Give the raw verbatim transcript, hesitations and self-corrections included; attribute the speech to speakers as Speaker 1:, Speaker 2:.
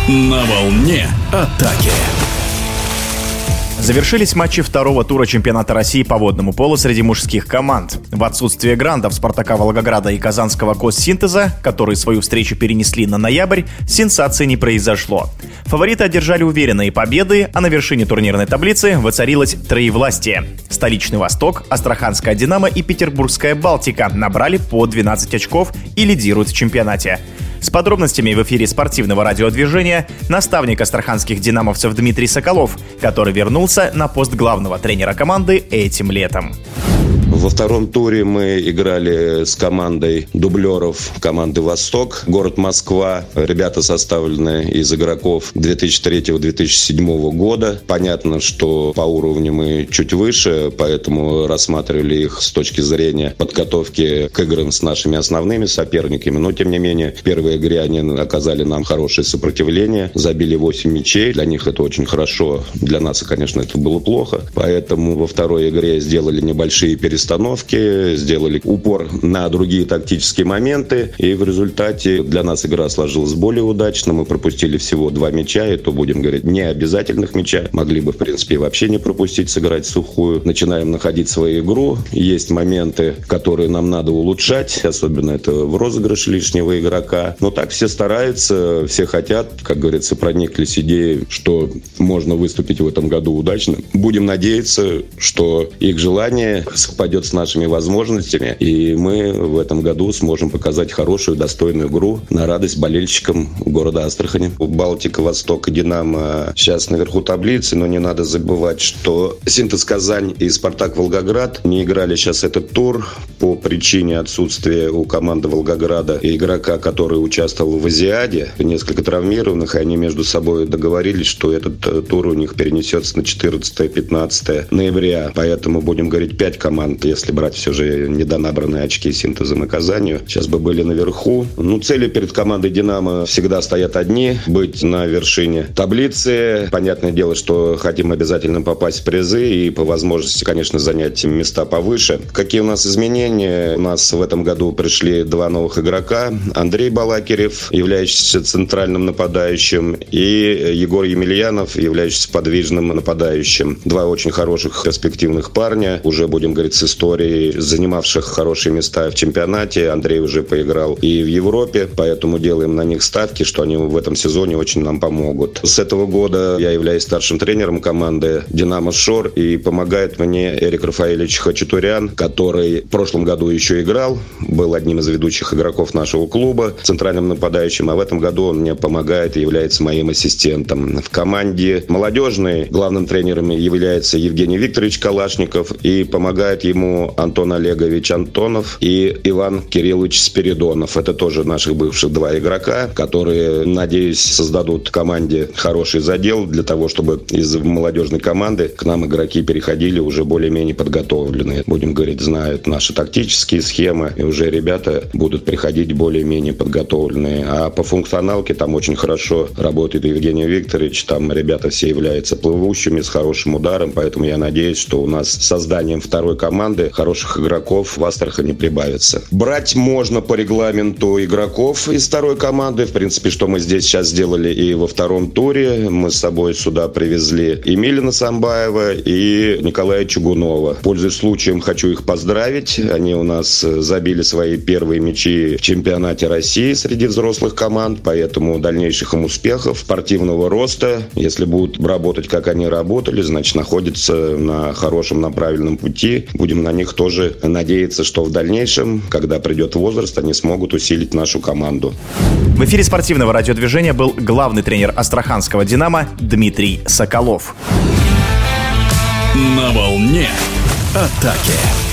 Speaker 1: На волне атаки.
Speaker 2: Завершились матчи второго тура чемпионата России по водному полу среди мужских команд. В отсутствие грандов «Спартака» Волгограда и казанского «Госсинтеза», которые свою встречу перенесли на ноябрь, сенсации не произошло. Фавориты одержали уверенные победы, а на вершине турнирной таблицы воцарилось троевластие. Столичный «Восток», Астраханская «Динамо» и Петербургская «Балтика» набрали по двенадцать очков и лидируют в чемпионате. С подробностями в эфире спортивного радиодвижения наставник астраханских динамовцев Дмитрий Соколов, который вернулся на пост главного тренера команды этим летом.
Speaker 3: Во втором туре мы играли с командой дублеров команды «Восток», город Москва. Ребята составлены из игроков две тысячи третьего - две тысячи седьмого года. Понятно, что по уровню мы чуть выше, поэтому рассматривали их с точки зрения подготовки к играм с нашими основными соперниками. Но, тем не менее, в первой игре они оказали нам хорошее сопротивление, забили восемь мячей. Для них это очень хорошо, для нас, конечно, это было плохо. Поэтому во второй игре сделали небольшие перестановки. Сделали упор на другие тактические моменты, и в результате для нас игра сложилась более удачно. Мы пропустили всего два мяча, и то, будем говорить, не обязательных мяча. Могли бы, в принципе, вообще не пропустить, сыграть сухую. Начинаем находить свою игру. Есть моменты, которые нам надо улучшать, особенно это в розыгрыше лишнего игрока. Но так все стараются, все хотят, как говорится, прониклись идеей, что можно выступить в этом году удачно. Будем надеяться, что их желание совпадет с нашими возможностями, и мы в этом году сможем показать хорошую, достойную игру на радость болельщикам города Астрахани. Балтика, Восток и Динамо сейчас наверху таблицы, но не надо забывать, что Синтез Казань и Спартак Волгоград не играли сейчас этот тур по причине отсутствия у команды Волгограда игрока, который участвовал в Азиаде, несколько травмированных, и они между собой договорились, что этот тур у них перенесется на четырнадцатое - пятнадцатое ноября, поэтому будем говорить пять команд. Если брать все же недонабранные очки Синтезом и Казанью, сейчас бы были наверху. Ну, цели перед командой «Динамо» всегда стоят одни – быть на вершине таблицы. Понятное дело, что хотим обязательно попасть в призы и по возможности, конечно, занять места повыше. Какие у нас изменения? У нас в этом году пришли два новых игрока. Андрей Балакирев, являющийся центральным нападающим, и Егор Емельянов, являющийся подвижным нападающим. Два очень хороших перспективных парня. Уже, будем говорить, с историей, занимавших хорошие места в чемпионате. Андрей уже поиграл и в Европе, поэтому делаем на них ставки, что они в этом сезоне очень нам помогут. С этого года я являюсь старшим тренером команды «Динамо Шор», и помогает мне Эрик Рафаэльевич Хачатурян, который в прошлом году еще играл, был одним из ведущих игроков нашего клуба, центральным нападающим, а в этом году он мне помогает и является моим ассистентом. В команде молодежной главным тренером является Евгений Викторович Калашников, и помогает ему Антон Олегович Антонов и Иван Кириллович Спиридонов. Это тоже наших бывших два игрока, которые, надеюсь, создадут команде хороший задел для того, чтобы из молодежной команды к нам игроки переходили уже более-менее подготовленные. Будем говорить, знают наши тактические схемы, и уже ребята будут приходить более-менее подготовленные. А по функционалке там очень хорошо работает Евгений Викторович. Там ребята все являются плывущими, с хорошим ударом, поэтому я надеюсь, что у нас с созданием второй команды хороших игроков в Астрахани прибавится. Брать можно по регламенту игроков из второй команды. В принципе, что мы здесь сейчас сделали и во втором туре. Мы с собой сюда привезли Эмилина Самбаева и Николая Чугунова. Пользуясь случаем, хочу их поздравить. Они у нас забили свои первые мячи в чемпионате России среди взрослых команд, поэтому дальнейших им успехов, спортивного роста. Если будут работать, как они работали, значит, находятся на хорошем, на правильном пути. Будем на них тоже надеяться, что в дальнейшем, когда придет возраст, они смогут усилить нашу команду.
Speaker 2: В эфире спортивного радиодвижения был главный тренер астраханского «Динамо» Дмитрий Соколов.
Speaker 1: На волне атаки.